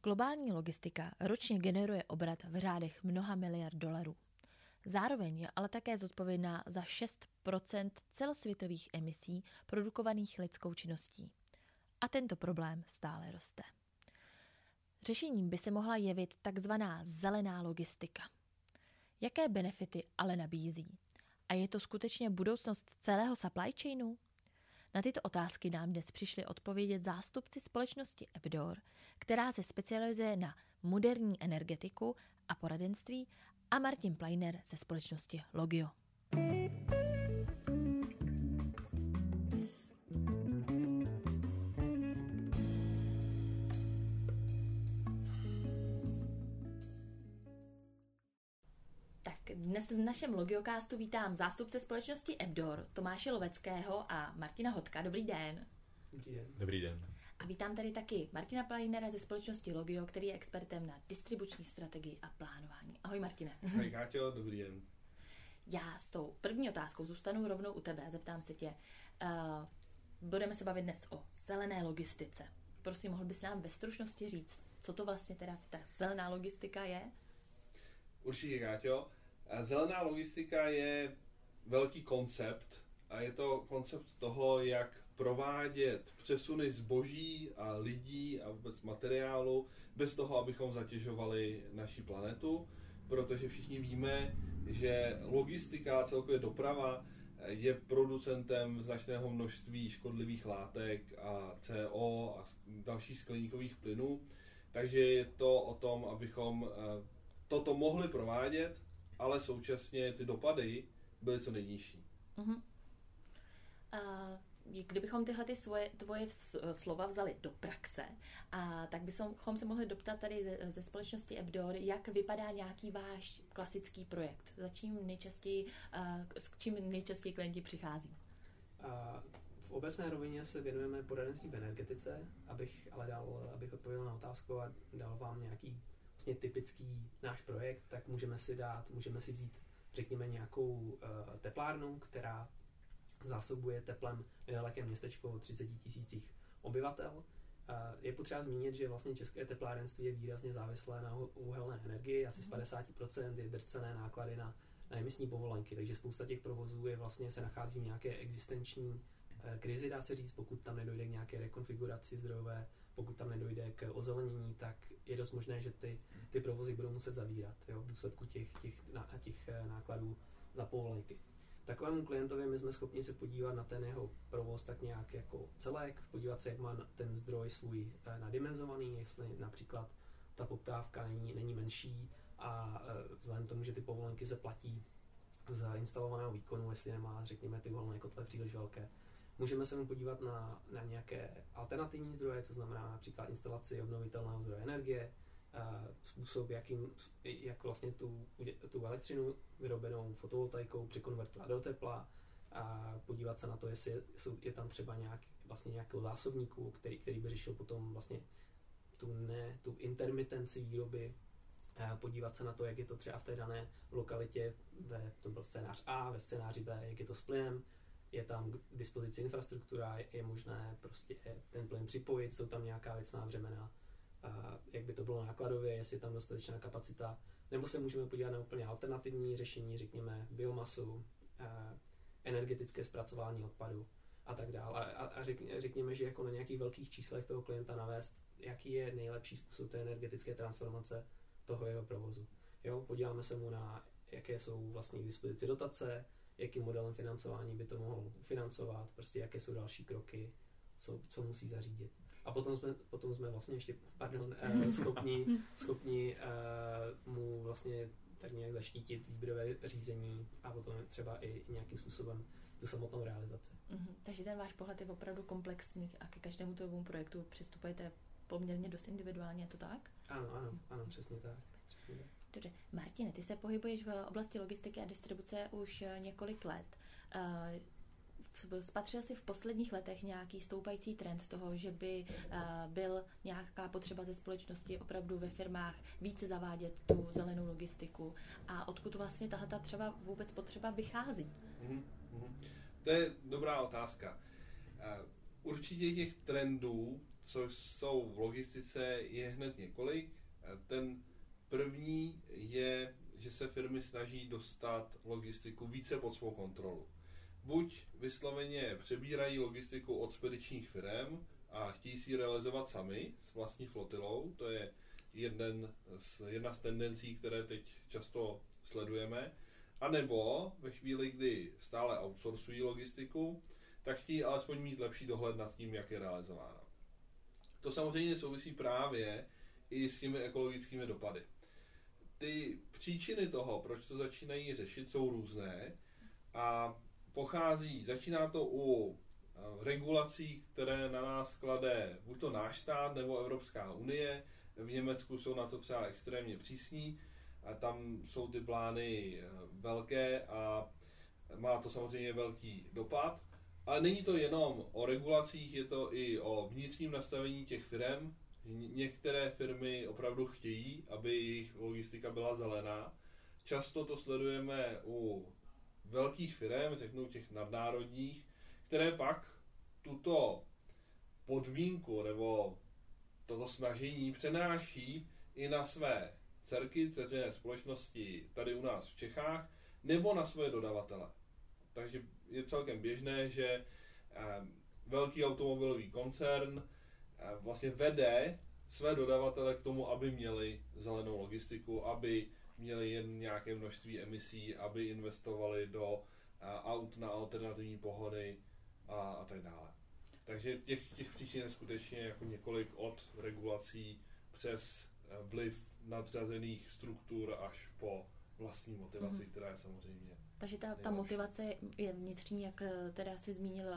Globální logistika ročně generuje obrat v řádech mnoha miliard dolarů. Zároveň je ale také zodpovědná za 6% celosvětových emisí produkovaných lidskou činností. A tento problém stále roste. Řešením by se mohla jevit takzvaná zelená logistika. Jaké benefity ale nabízí? A je to skutečně budoucnost celého supply chainu? Na tyto otázky nám dnes přišli odpovědět zástupci společnosti Ebdor, která se specializuje na moderní energetiku a poradenství, a Martin Pleiner ze společnosti Logio. Dnes v našem Logiocastu vítám zástupce společnosti Ebdor, Tomáše Loveckého a Martina Hotka. Dobrý den. Dobrý den. Dobrý den. A vítám tady taky Martina Pleinera ze společnosti Logio, který je expertem na distribuční strategii a plánování. Ahoj Martine. Ahoj Káťo, dobrý den. Já s tou první otázkou zůstanu rovnou u tebe a zeptám se tě. Budeme se bavit dnes o zelené logistice. Prosím, mohl bys nám ve stručnosti říct, co to vlastně teda ta zelená logistika je? Určitě, Káťo. Zelená logistika je velký koncept a je to koncept toho, jak provádět přesuny zboží a lidí a vůbec materiálu bez toho, abychom zatěžovali naši planetu, protože všichni víme, že logistika a celkově doprava je producentem značného množství škodlivých látek a CO a dalších skleníkových plynů, takže je to o tom, abychom toto mohli provádět, ale současně ty dopady byly co nejnižší. Uh-huh. Kdybychom tyhle tvoje slova vzali do praxe, tak bychom se mohli doptat tady ze společnosti Ebdor, jak vypadá nějaký váš klasický projekt. S čím nejčastěji klienti přichází? V obecné rovině se věnujeme poradenství v energetice, abych odpověděl na otázku a dal vám nějaký vlastně typický náš projekt, tak můžeme si vzít, řekněme, nějakou teplárnu, která zásobuje teplem nedalekém městečko o 30 000 obyvatel. Je potřeba zmínit, že vlastně české teplárenství je výrazně závislé na uhelné energii, asi z 50% je drcené náklady na emisní povolenky, takže spousta těch provozů se nachází v nějaké existenční krizi, dá se říct, pokud tam nedojde k nějaké rekonfiguraci zdrojové, pokud tam nedojde k ozelenění, tak je dost možné, že ty provozy budou muset zavírat, v důsledku těch nákladů za povolenky. Takovému klientovi my jsme schopni se podívat na ten jeho provoz tak nějak jako celek, podívat se, jak má ten zdroj svůj nadimenzovaný, jestli například ta poptávka není menší a vzhledem k tomu, že ty povolenky se platí z instalovaného výkonu, jestli nemá, řekněme, ty uhelné kotle příliš velké. Můžeme se mu podívat na nějaké alternativní zdroje, to znamená například instalaci obnovitelného zdroje energie, způsob, jak vlastně tu elektřinu vyrobenou fotovoltaikou překonvertovat do tepla, a podívat se na to, jestli je tam třeba nějakého zásobníku, který by řešil potom vlastně tu intermitenci výroby, podívat se na to, jak je to třeba v té dané lokalitě, to byl scénář A, ve scénáři B, jak je to s plynem, je tam k dispozici infrastruktura, je možné prostě ten plyn připojit, jsou tam nějaká věcná břemena, jak by to bylo nákladově, jestli je tam dostatečná kapacita, nebo se můžeme podívat na úplně alternativní řešení, řekněme biomasu, energetické zpracování odpadu a tak dále. A řekněme, že jako na nějakých velkých číslech toho klienta navést, jaký je nejlepší způsob té energetické transformace toho jeho provozu. Podíváme se mu na, jaké jsou vlastně k dispozici dotace, jakým modelem financování by to mohlo financovat, prostě jaké jsou další kroky, co musí zařídit. A potom jsme vlastně ještě schopni mu vlastně tak nějak zaštítit výběrové řízení a potom třeba i nějakým způsobem tu samotnou realizaci. Takže ten váš pohled je opravdu komplexní a ke každému tomu projektu přistupujete poměrně dost individuálně, je to tak? Ano, přesně tak. Dobře. Martine, ty se pohybuješ v oblasti logistiky a distribuce už několik let. Spatřil jsi v posledních letech nějaký stoupající trend toho, že by byl nějaká potřeba ze společnosti opravdu ve firmách více zavádět tu zelenou logistiku a odkud vlastně tahle třeba vůbec potřeba vychází? To je dobrá otázka. Určitě těch trendů co jsou v logistice, je hned několik. Ten první je, že se firmy snaží dostat logistiku více pod svou kontrolu. Buď vysloveně přebírají logistiku od spedičních firm a chtějí si ji realizovat sami s vlastní flotilou, to je jedna z tendencí, které teď často sledujeme, anebo ve chvíli, kdy stále outsourcují logistiku, tak chtějí alespoň mít lepší dohled nad tím, jak je realizována. To samozřejmě souvisí právě i s těmi ekologickými dopady. Ty příčiny toho, proč to začínají řešit, jsou různé a začíná to u regulací, které na nás klade buď to náš stát nebo Evropská unie. V Německu jsou na to třeba extrémně přísní a tam jsou ty plány velké a má to samozřejmě velký dopad. Ale není to jenom o regulacích, je to i o vnitřním nastavení těch firm. Některé firmy opravdu chtějí, aby jejich logistika byla zelená. Často to sledujeme u velkých firm, řeknu těch nadnárodních, které pak tuto podmínku nebo toto snažení přenáší i na své dceřiné společnosti tady u nás v Čechách nebo na svoje dodavatele. Takže je celkem běžné, že velký automobilový koncern vlastně vede své dodavatele k tomu, aby měli zelenou logistiku, aby měli jen nějaké množství emisí, aby investovali do aut na alternativní pohony a tak dále. Takže těch příčin je skutečně jako několik od regulací přes vliv nadřazených struktur až po vlastní motivaci, která je samozřejmě. Takže ta motivace je vnitřní, jak teda si zmínil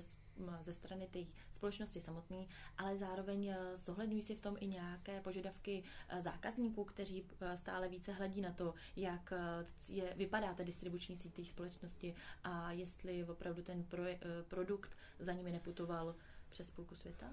ze strany té společnosti samotné, ale zároveň zohledňují si v tom i nějaké požadavky zákazníků, kteří stále více hledí na to, jak vypadá ta distribuční síť té společnosti a jestli opravdu ten produkt za nimi neputoval přes půlku světa?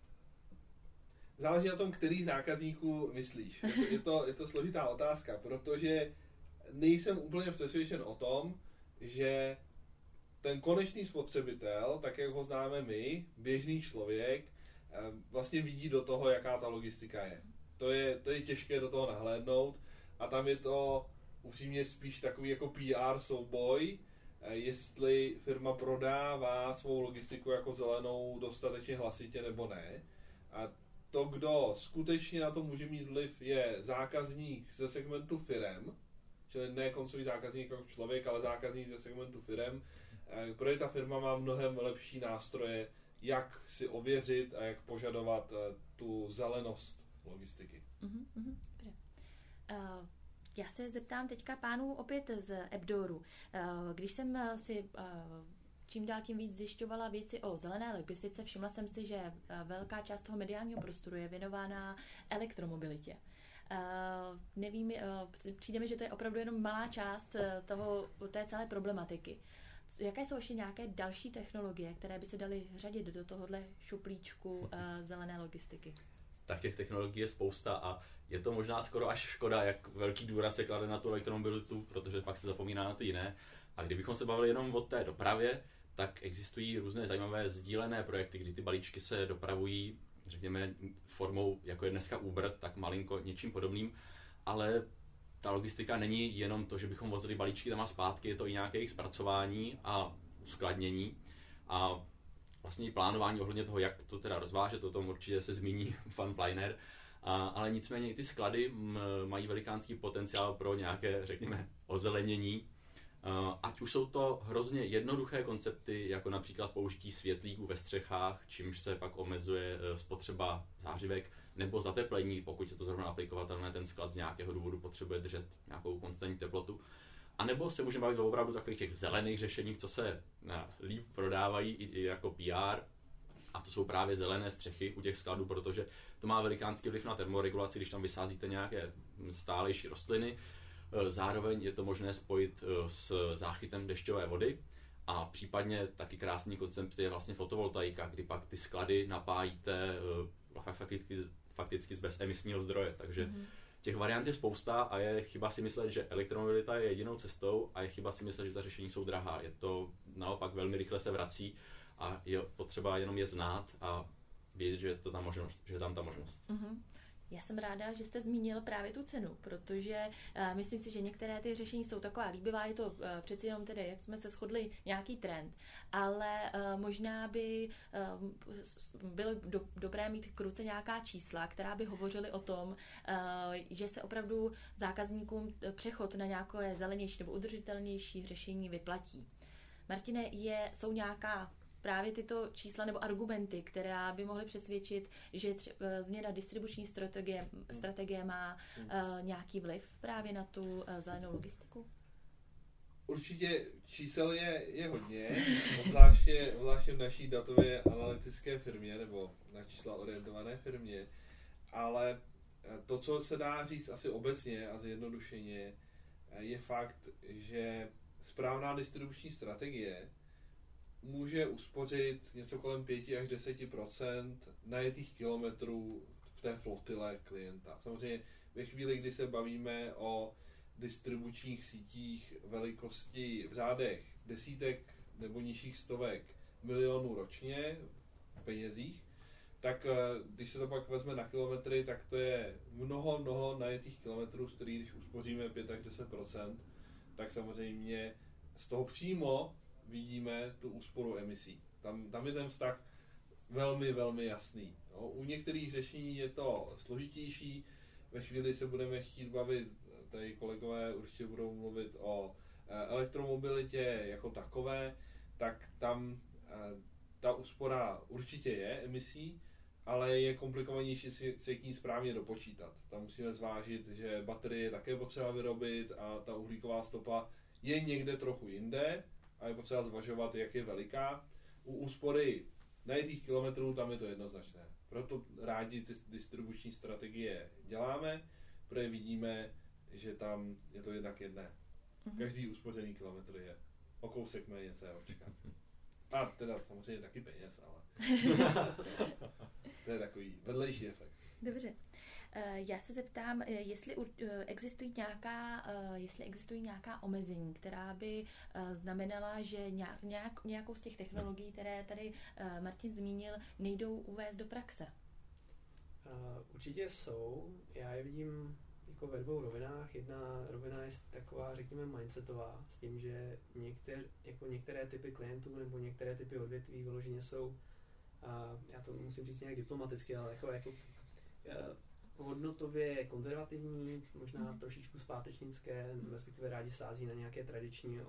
Záleží na tom, který zákazníků myslíš. Je to složitá otázka, protože nejsem úplně přesvědčen o tom, že ten konečný spotřebitel, tak jak ho známe my, běžný člověk, vlastně vidí do toho, jaká ta logistika je. To je těžké do toho nahlédnout a tam je to upřímně spíš takový jako PR souboj, jestli firma prodává svou logistiku jako zelenou dostatečně hlasitě nebo ne. A to, kdo skutečně na to může mít vliv, je zákazník ze segmentu firem, čili ne koncový zákazník jako člověk, ale zákazník ze segmentu firem, protože ta firma má mnohem lepší nástroje, jak si ověřit a jak požadovat tu zelenost logistiky. Dobře. Já se zeptám teďka pánů opět z AppDooru. Když jsem si čím dál tím víc zjišťovala věci o zelené logistice, všimla jsem si, že velká část toho mediálního prostoru je věnována elektromobilitě. Nevím, přijde mi, že to je opravdu jenom malá část té celé problematiky. Jaké jsou ještě nějaké další technologie, které by se daly řadit do tohohle šuplíčku zelené logistiky? Tak těch technologií je spousta a je to možná skoro až škoda, jak velký důraz se klade na tu elektromobilitu, protože pak se zapomíná na ty jiné. A kdybychom se bavili jenom o té dopravě, tak existují různé zajímavé sdílené projekty, kdy ty balíčky se dopravují, řekněme, formou, jako je dneska Uber, tak malinko něčím podobným, ale ta logistika není jenom to, že bychom vozili balíčky tam a zpátky, je to i nějaké jejich zpracování a uskladnění a vlastně i plánování ohledně toho, jak to teda rozvážet, o tom určitě se zmíní pan Pleiner, ale nicméně i ty sklady mají velikánský potenciál pro nějaké, řekněme, ozelenění. Ať už jsou to hrozně jednoduché koncepty, jako například použití světlíků ve střechách, čímž se pak omezuje spotřeba zářivek, nebo zateplení, pokud je to zrovna aplikovatelné, ten sklad z nějakého důvodu potřebuje držet nějakou konstantní teplotu. A nebo se můžeme bavit o opravdu takových těch zelených řešeních, co se líp prodávají i jako PR, a to jsou právě zelené střechy u těch skladů, protože to má velikánský vliv na termoregulaci, když tam vysázíte nějaké stálejší rostliny. Zároveň je to možné spojit s záchytem dešťové vody a případně taky krásný koncept je vlastně fotovoltaika, kdy pak ty sklady napájíte fakticky z bezemisního zdroje. Takže těch variant je spousta a je chyba si myslet, že elektromobilita je jedinou cestou a je chyba si myslet, že ta řešení jsou drahá. Je to naopak velmi rychle se vrací a je potřeba jenom je znát a vědět, že je to ta možnost, že je tam ta možnost. Já jsem ráda, že jste zmínil právě tu cenu, protože myslím si, že některé ty řešení jsou taková líbivá, je to přeci jenom tedy, jak jsme se shodli, nějaký trend, ale možná by bylo dobré mít k ruce nějaká čísla, která by hovořily o tom, že se opravdu zákazníkům přechod na nějaké zelenější nebo udržitelnější řešení vyplatí. Martine, jsou nějaká právě tyto čísla nebo argumenty, která by mohly přesvědčit, že změna distribuční strategie má nějaký vliv právě na tu zelenou logistiku? Určitě čísel je hodně, zvláště v naší datově analytické firmě nebo na čísla orientované firmě, ale to, co se dá říct asi obecně a zjednodušeně, je fakt, že správná distribuční strategie může uspořit něco kolem 5 až 10% najetých kilometrů v té flotile klienta. Samozřejmě ve chvíli, kdy se bavíme o distribučních sítích velikosti v řádech desítek nebo nižších stovek milionů ročně v penězích, tak když se to pak vezme na kilometry, tak to je mnoho najetých kilometrů, z kterých když uspoříme 5 až 10%, tak samozřejmě z toho přímo vidíme tu úsporu emisí. Tam je ten vztah velmi jasný. No, u některých řešení je to složitější. Ve chvíli se budeme chtít bavit, tady kolegové určitě budou mluvit o elektromobilitě jako takové, tak tam ta úspora určitě je emisí, ale je komplikovanější se k ní správně dopočítat. Tam musíme zvážit, že baterie je také potřeba vyrobit a ta uhlíková stopa je někde trochu jinde, a je potřeba zvažovat, jak je veliká. U úspory najetých kilometrů tam je to jednoznačné. Proto rádi ty distribuční strategie děláme, protože vidíme, že tam je to jednak jedné. Každý uspořený kilometr je o kousek méně COčka. A teda samozřejmě taky peněz, ale to je takový vedlejší efekt. Dobře. Já se zeptám, jestli existují nějaká omezení, která by znamenala, že nějakou z těch technologií, které tady Martin zmínil, nejdou uvést do praxe. Určitě jsou. Já je vidím jako ve dvou rovinách. Jedna rovina je taková, řekněme, mindsetová, s tím, že některé typy klientů nebo některé typy odvětví vyloženě jsou, já to musím říct nějak diplomaticky, ale jako hodnotově konzervativní, možná trošičku zpátečnické, respektive rádi sází na nějaké tradiční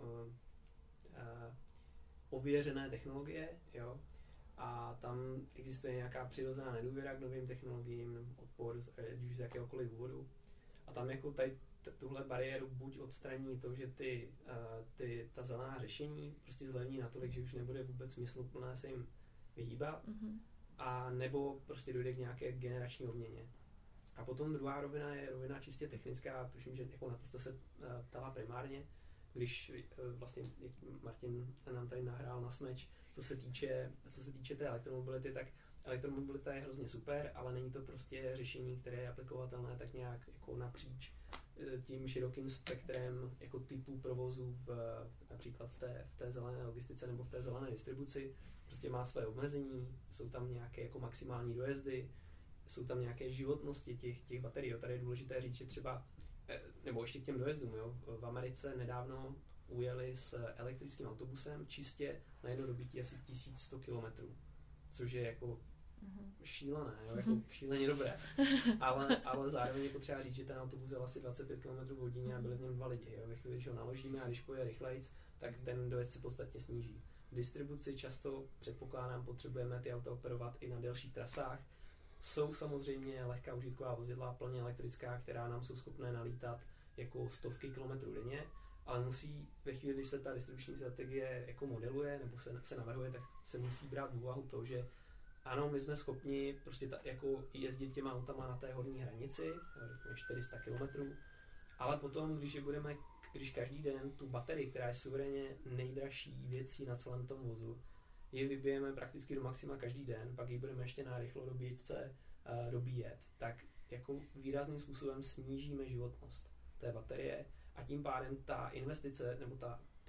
ověřené technologie, jo. A tam existuje nějaká přirozená nedůvěra k novým technologiím, odpor už z jakéhokoliv důvodu. A tam jako tady tuhle bariéru buď odstraní to, že ta zelená řešení prostě zlevní natolik, že už nebude vůbec smysluplné se jim vyhýbat, a nebo prostě dojde k nějaké generační obměně. A potom druhá rovina je rovina čistě technická, tuším, že jako na to jste se ptala primárně, když vlastně Martin nám tady nahrál na smeč, co se týče té elektromobility, tak elektromobilita je hrozně super, ale není to prostě řešení, které je aplikovatelné tak nějak jako napříč tím širokým spektrem jako typů provozu například v té zelené logistice nebo v té zelené distribuci. Prostě má své omezení, jsou tam nějaké jako maximální dojezdy, jsou tam nějaké životnosti těch baterií. Tady je důležité říct, že třeba, nebo ještě k těm dojezdům, jo, v Americe nedávno ujeli s elektrickým autobusem čistě na jedno dobytí asi 1100 km, což je jako šílené, jo, jako šíleně dobré. Ale zároveň je potřeba říct, že ten autobus je asi 25 km v hodině a byli v něm 2 lidi. Jo. Ve chvíli, když ho naložíme a když pojede rychlejc, tak ten dojezd se podstatně sníží. V distribuci často, předpokládám, potřebujeme ty auta operovat i na delších trasách. Jsou samozřejmě lehká užitková vozidla, plně elektrická, která nám jsou schopné nalítat jako stovky kilometrů denně, ale musí ve chvíli, když se ta distribuční strategie jako modeluje nebo se navrhuje, tak se musí brát v úvahu to, že ano, my jsme schopni prostě jako jezdit těma autama na té horní hranici, 400 km, ale potom, když každý den tu baterii, která je suverénně nejdražší věcí na celém tom vozu, ji vybijeme prakticky do maxima každý den, pak ji budeme ještě na rychlodobíječce dobíjet, tak jako výrazným způsobem snížíme životnost té baterie a tím pádem ta investice nebo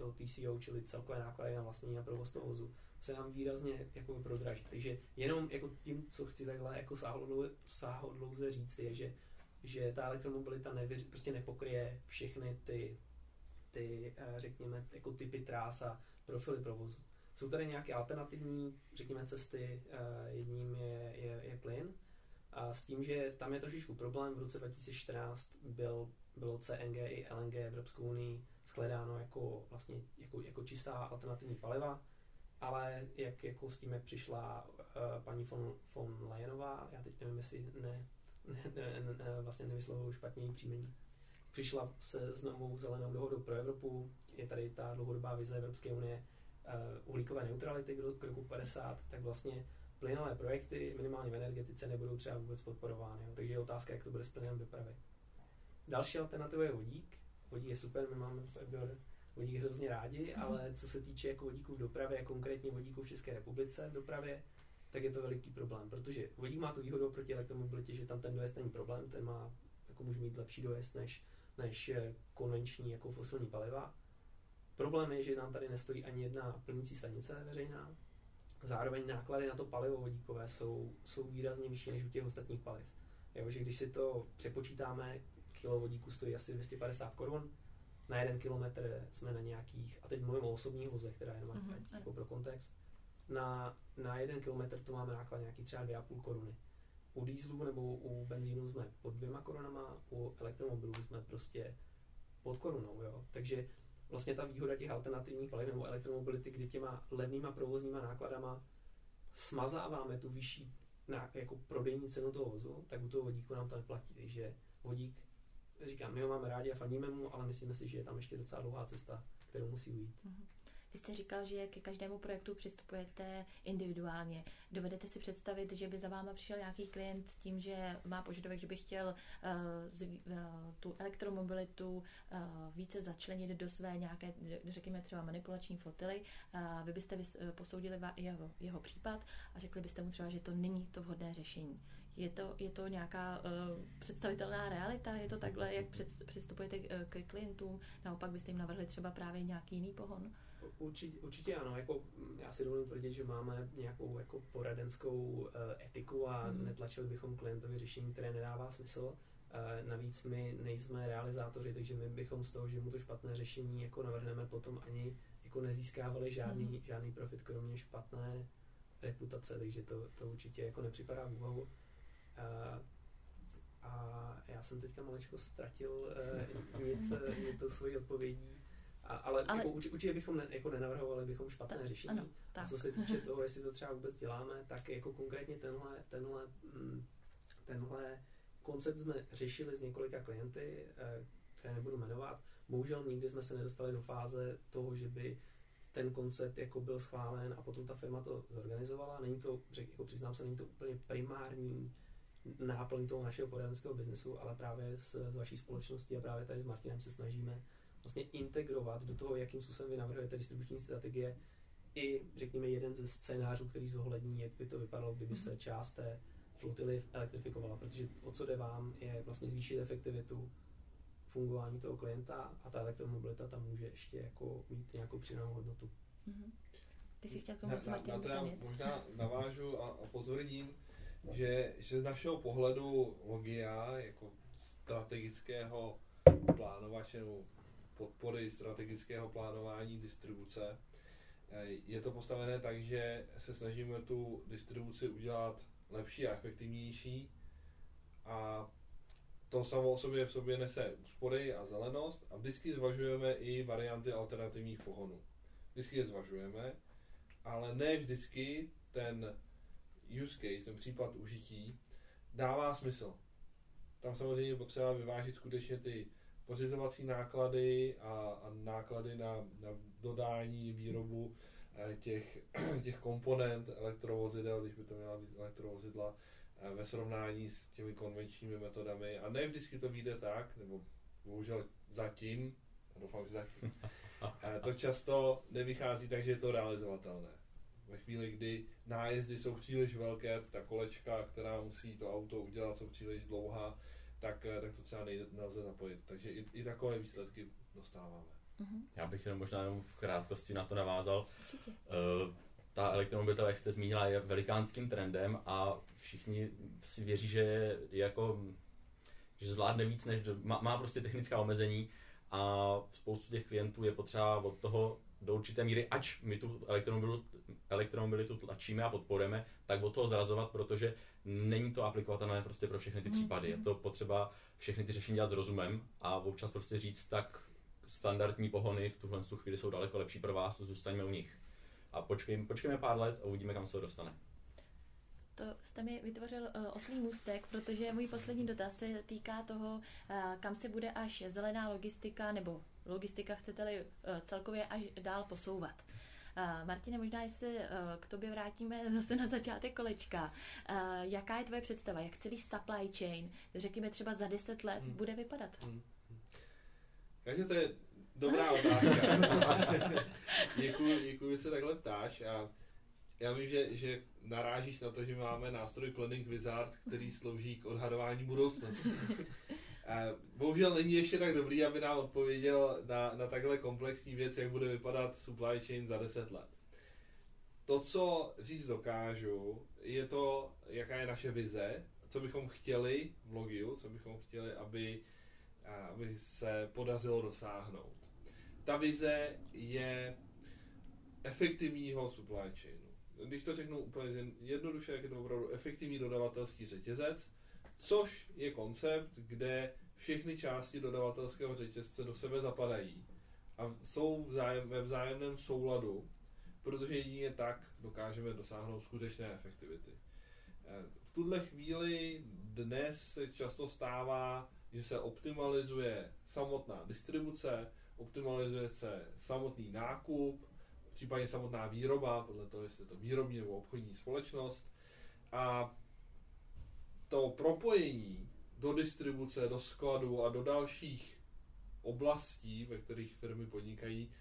to TCO, čili celkové náklady na vlastnění a provoz toho vozu, se nám výrazně jako prodraží. Takže jenom jako tím, co chci takhle jako sáhodlouze říct, je, že ta elektromobilita prostě nepokryje všechny ty řekněme, jako typy trás a profily provozu. Jsou tady nějaké alternativní, řekněme, cesty, jedním je plyn, a s tím, že tam je trošičku problém, v roce 2014 bylo CNG i LNG Evropskou unii shledáno jako čistá alternativní paliva, ale jak přišla paní von Leyenová, já teď nevím, jestli vlastně nevyslovuju špatně její příjmení, přišla se s novou zelenou dohodou pro Evropu, je tady ta dlouhodobá vize Evropské unie uhlíkové neutrality k roku 50, tak vlastně plynové projekty, minimálně v energetice, nebudou třeba vůbec podporovány. Jo. Takže je otázka, jak to bude s plynem dopravy. Další alternativa je vodík. Vodík je super, my máme v Ebior vodík hrozně rádi, ale co se týče jako vodíků v dopravě a konkrétně vodíků v České republice v dopravě, tak je to veliký problém, protože vodík má tu výhodu proti elektromobilitě, že tam ten dojezd není problém, ten má, jako může mít lepší dojezd než konvenční jako fosilní paliva. Problém je, že nám tady nestojí ani jedna plnící stanice veřejná. Zároveň náklady na to palivo vodíkové jsou výrazně vyšší než u těch ostatních paliv. Jo, že když si to přepočítáme, kilo vodíku stojí asi 250 korun, na 1 kilometr jsme na nějakých, a teď mluvím o osobních vozech, která jenom jako pro kontext, na 1 kilometr to máme náklad nějaký třeba 2,5 koruny. U dieselu nebo u benzínu jsme pod 2 korunama, u elektromobilů jsme prostě pod korunou. Jo? Takže vlastně ta výhoda těch alternativních paliv nebo elektromobility, kdy těma levnýma provozníma nákladama smazáváme tu vyšší jako prodejní cenu toho vozu, tak u toho vodíku nám to neplatí. Takže vodík, říkám, my ho máme rádi a faníme mu, ale myslíme si, že je tam ještě docela dlouhá cesta, kterou musí ujít. Vy jste říkal, že ke každému projektu přistupujete individuálně. Dovedete si představit, že by za váma přišel nějaký klient s tím, že má požadavek, že by chtěl tu elektromobilitu více začlenit do své nějaké, řekněme třeba manipulační flotily. Vy byste posoudili jeho případ a řekli byste mu třeba, že to není to vhodné řešení. Je to nějaká představitelná realita? Je to takhle, jak přistupujete k klientům? Naopak byste jim navrhli třeba právě nějaký jiný pohon? Určitě ano, jako já si dovolím tvrdit, že máme nějakou jako poradenskou etiku a netlačili bychom klientovi řešení, které nedává smysl. Navíc my nejsme realizátoři, takže my bychom z toho, že mu to špatné řešení jako navrhneme, potom ani jako nezískávali žádný profit, kromě špatné reputace, takže to určitě jako nepřipadá v úvahu. A já jsem teďka maličko ztratil tou svojí odpovědí. Ale jako určitě bychom nenavrhovali bychom špatné řešení. Ano, a co se týče toho, jestli to třeba vůbec děláme, tak jako konkrétně tenhle koncept jsme řešili s několika klienty, které nebudu jmenovat. Bohužel nikdy jsme se nedostali do fáze toho, že by ten koncept jako byl schválen a potom ta firma to zorganizovala. Není to, jako přiznám se, není to úplně primární náplň toho našeho poradenského biznesu, ale právě s vaší společností a právě tady s Martinem se snažíme vlastně integrovat do toho, jakým způsobem vy navrhujete distribuční strategie, i řekněme jeden ze scénářů, který zohlední, jak by to vypadalo, kdyby se část té flotily elektrifikovala, protože o co jde vám je vlastně zvýšit efektivitu fungování toho klienta a ta elektromobilita tam může ještě jako mít nějakou přidanou hodnotu. Ty jsi chtěl k tomu, co Martin na to já možná navážu a potvrdím, že z našeho pohledu Logia jako strategického plánovače nebo podpory strategického plánování distribuce je to postavené tak, že se snažíme tu distribuci udělat lepší a efektivnější a to samo o sobě v sobě nese úspory a zelenost a vždycky zvažujeme i varianty alternativních pohonů. Vždycky je zvažujeme, ale ne vždycky ten use case, ten případ užití dává smysl. Tam samozřejmě potřeba vyvážit skutečně ty pořizovací náklady a náklady na dodání, výrobu těch komponent elektrovozidel, když by to měla být elektrovozidla, ve srovnání s těmi konvenčními metodami. A ne vždycky to vyjde tak, nebo bohužel zatím, a doufám, že zatím, to často nevychází tak, že je to realizovatelné. Ve chvíli, kdy nájezdy jsou příliš velké, ta kolečka, která musí to auto udělat, jsou příliš dlouhá, tak to třeba nelze zapojit. Takže i takové výsledky dostáváme. Já bych jenom možná jenom v krátkosti na to navázal. Určitě. Ta elektromobilita, jak jste zmínila, je velikánským trendem a všichni si věří, že že zvládne víc, než má prostě technická omezení a spoustu těch klientů je potřeba od toho do určité míry, ač my tu elektromobilitu tlačíme a podporujeme, tak od toho zrazovat, protože není to aplikovatelné prostě pro všechny ty případy. Je to potřeba všechny ty řešení dělat s rozumem a občas prostě říct, tak standardní pohony v tuhle chvíli jsou daleko lepší pro vás, zůstaňme u nich. A počkejme pár let a uvidíme, kam se to dostane. To jste mi vytvořil oslý můstek, protože můj poslední dotaz se týká toho, kam se bude až zelená logistika, nebo logistika, chcete-li celkově až dál posouvat. Martine, možná jestli k tobě vrátíme zase na začátek kolečka. Jaká je tvoje představa, jak celý supply chain, řekněme třeba za 10 let, bude vypadat? Takže to je dobrá otázka. Děkuji, že se takhle ptáš. A já vím, že narážíš na to, že máme nástroj Planning Wizard, který slouží k odhadování budoucnosti. Bohužel není ještě tak dobrý, aby nám odpověděl na takhle komplexní věc, jak bude vypadat supply chain za 10 let. To, co říct dokážu, je to, jaká je naše vize, co bychom chtěli v Logiu, co bychom chtěli, aby se podařilo dosáhnout. Ta vize je efektivního supply chainu. Když to řeknu úplně jednoduše, jak je to opravdu efektivní dodavatelský řetězec, což je koncept, kde všechny části dodavatelského řetězce do sebe zapadají a jsou ve vzájemném souladu, protože jedině tak dokážeme dosáhnout skutečné efektivity. V tuhle chvíli dnes se často stává, že se optimalizuje samotná distribuce, optimalizuje se samotný nákup, případně samotná výroba, podle toho, jestli je to výrobní nebo obchodní společnost. A to propojení do distribuce, do skladu a do dalších oblastí, ve kterých firmy podnikají,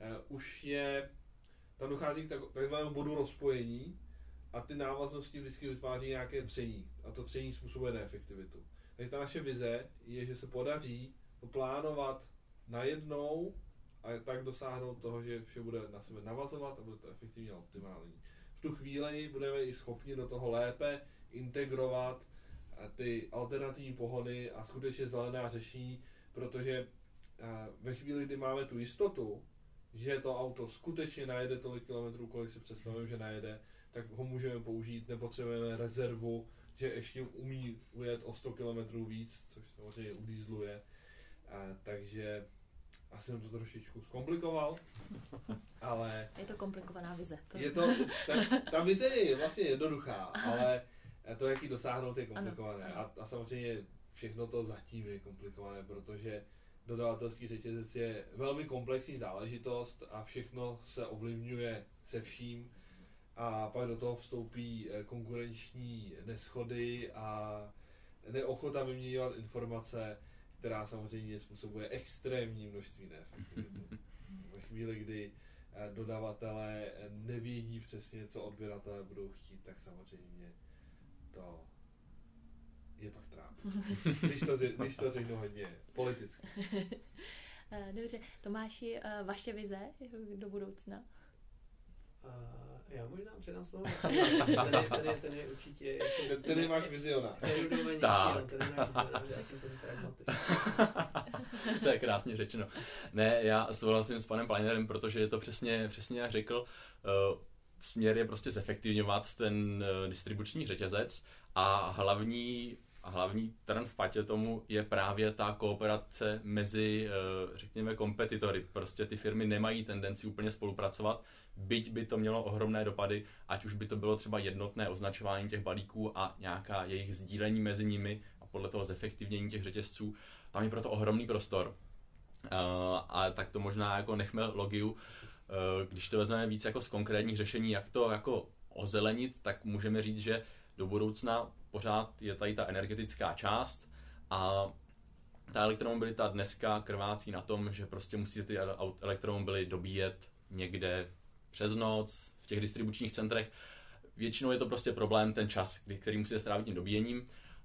tam dochází k takzvanému bodu rozpojení a ty návaznosti vždycky vytváří nějaké tření. A to tření způsobuje neefektivitu. Takže ta naše vize je, že se podaří to plánovat najednou a tak dosáhnout toho, že vše bude na sebe navazovat a bude to efektivně a optimální. V tu chvíli budeme i schopni do toho lépe integrovat ty alternativní pohony a skutečně zelená řešení, protože ve chvíli, kdy máme tu jistotu, že to auto skutečně najede tolik kilometrů, kolik si představujeme, že najede, tak ho můžeme použít, nepotřebujeme rezervu, že ještě umí ujet o 100 km víc, což samozřejmě u dieselu je. Takže asi jsem to trošičku zkomplikoval, ale... Je to komplikovaná vize. Ta vize je vlastně jednoduchá, ale to, jak ji dosáhnout, je komplikované. Ano. A samozřejmě všechno to zatím je komplikované, protože dodavatelský řetězec je velmi komplexní záležitost a všechno se ovlivňuje se vším. A pak do toho vstoupí konkurenční neshody a neochota vyměňovat informace, která samozřejmě způsobuje extrémní množství neefektivity. Ve chvíli, kdy dodavatelé nevědí přesně, co odběratelé budou chtít, tak samozřejmě to je pak trápné. Když to řeknu hodně politicky. Dobře, Tomáši, vaše vize do budoucna? Já možná předám slovo. Ten je určitě... Ten je váš vizionář. Tak. Já jsem ten pragmatik. To je krásně řečeno. Ne, já souhlasím s panem Pleinerem, protože je to přesně jak řekl. Směr je prostě zefektivňovat ten distribuční řetězec a hlavní trn v patě tomu je právě ta kooperace mezi, řekněme, kompetitory. Prostě ty firmy nemají tendenci úplně spolupracovat, byť by to mělo ohromné dopady, ať už by to bylo třeba jednotné označování těch balíků a nějaká jejich sdílení mezi nimi a podle toho zefektivnění těch řetězců. Tam je proto ohromný prostor. A tak to možná jako nechme Logiu. Když to vezmeme víc jako z konkrétních řešení, jak to jako ozelenit, tak můžeme říct, že do budoucna pořád je tady ta energetická část a ta elektromobilita dneska krvácí na tom, že prostě musíte ty elektromobily dobíjet někde přes noc, v těch distribučních centrech. Většinou je to prostě problém, ten čas, který musíte strávit tím dobíjením.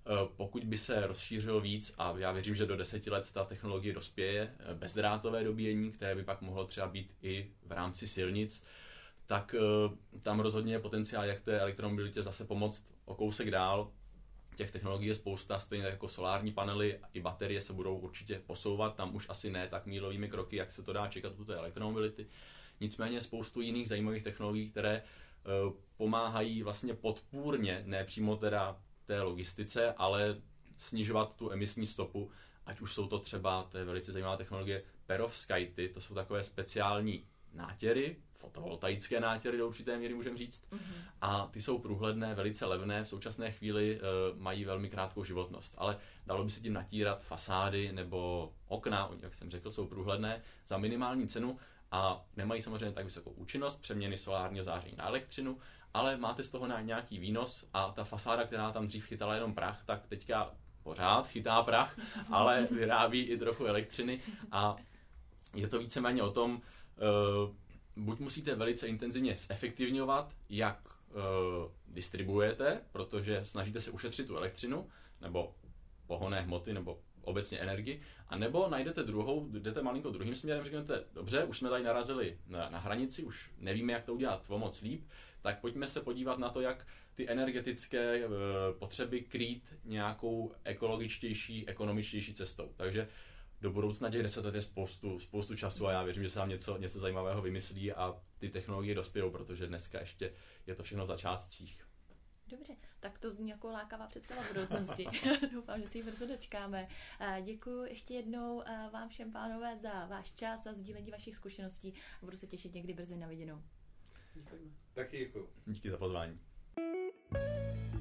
Pokud by se rozšířilo víc, a já věřím, že do 10 let ta technologie dospěje, bezdrátové dobíjení, které by pak mohlo třeba být i v rámci silnic, tak tam rozhodně je potenciál, jak té elektromobilitě zase pomoct o kousek dál. Těch technologií je spousta, stejně jako solární panely i baterie se budou určitě posouvat, tam už asi ne tak mílovými kroky, jak se to dá čekat u té elektromobility. Nicméně spoustu jiných zajímavých technologií, které pomáhají vlastně podpůrně, ne přímo teda té logistice, ale snižovat tu emisní stopu, ať už jsou to třeba, to je velice zajímavá technologie, perovskity, to jsou takové speciální nátěry, fotovoltaické nátěry do určité míry můžeme říct, a ty jsou průhledné, velice levné, v současné chvíli mají velmi krátkou životnost, ale dalo by se tím natírat fasády nebo okna, jak jsem řekl, jsou průhledné za minimální cenu a nemají samozřejmě tak vysokou účinnost přeměny solárního záření na elektřinu, ale máte z toho nějaký výnos a ta fasáda, která tam dřív chytala jenom prach, tak teďka pořád chytá prach, ale vyrábí i trochu elektřiny a je to víceméně o tom, buď musíte velice intenzivně zefektivňovat, jak distribuujete, protože snažíte se ušetřit tu elektřinu, nebo pohonné hmoty, nebo obecně energii, a nebo najdete jdete malinko druhým směrem, řeknete, dobře, už jsme tady narazili na hranici, už nevíme, jak to udělat o moc líp, tak pojďme se podívat na to, jak ty energetické potřeby krýt nějakou ekologičtější, ekonomičtější cestou. Takže do budoucna těch 10 let je spoustu času a já věřím, že se tam něco zajímavého vymyslí a ty technologie dospějou, protože dneska ještě je to všechno v začátcích. Dobře, tak to zní jako lákavá představa budoucnosti. Doufám, že si ji brzy dočkáme. Děkuji ještě jednou vám všem, pánové, za váš čas a sdílení vašich zkušeností a budu se těšit někdy brzy na viděnou. Taky děkuji. Díky za pozvání.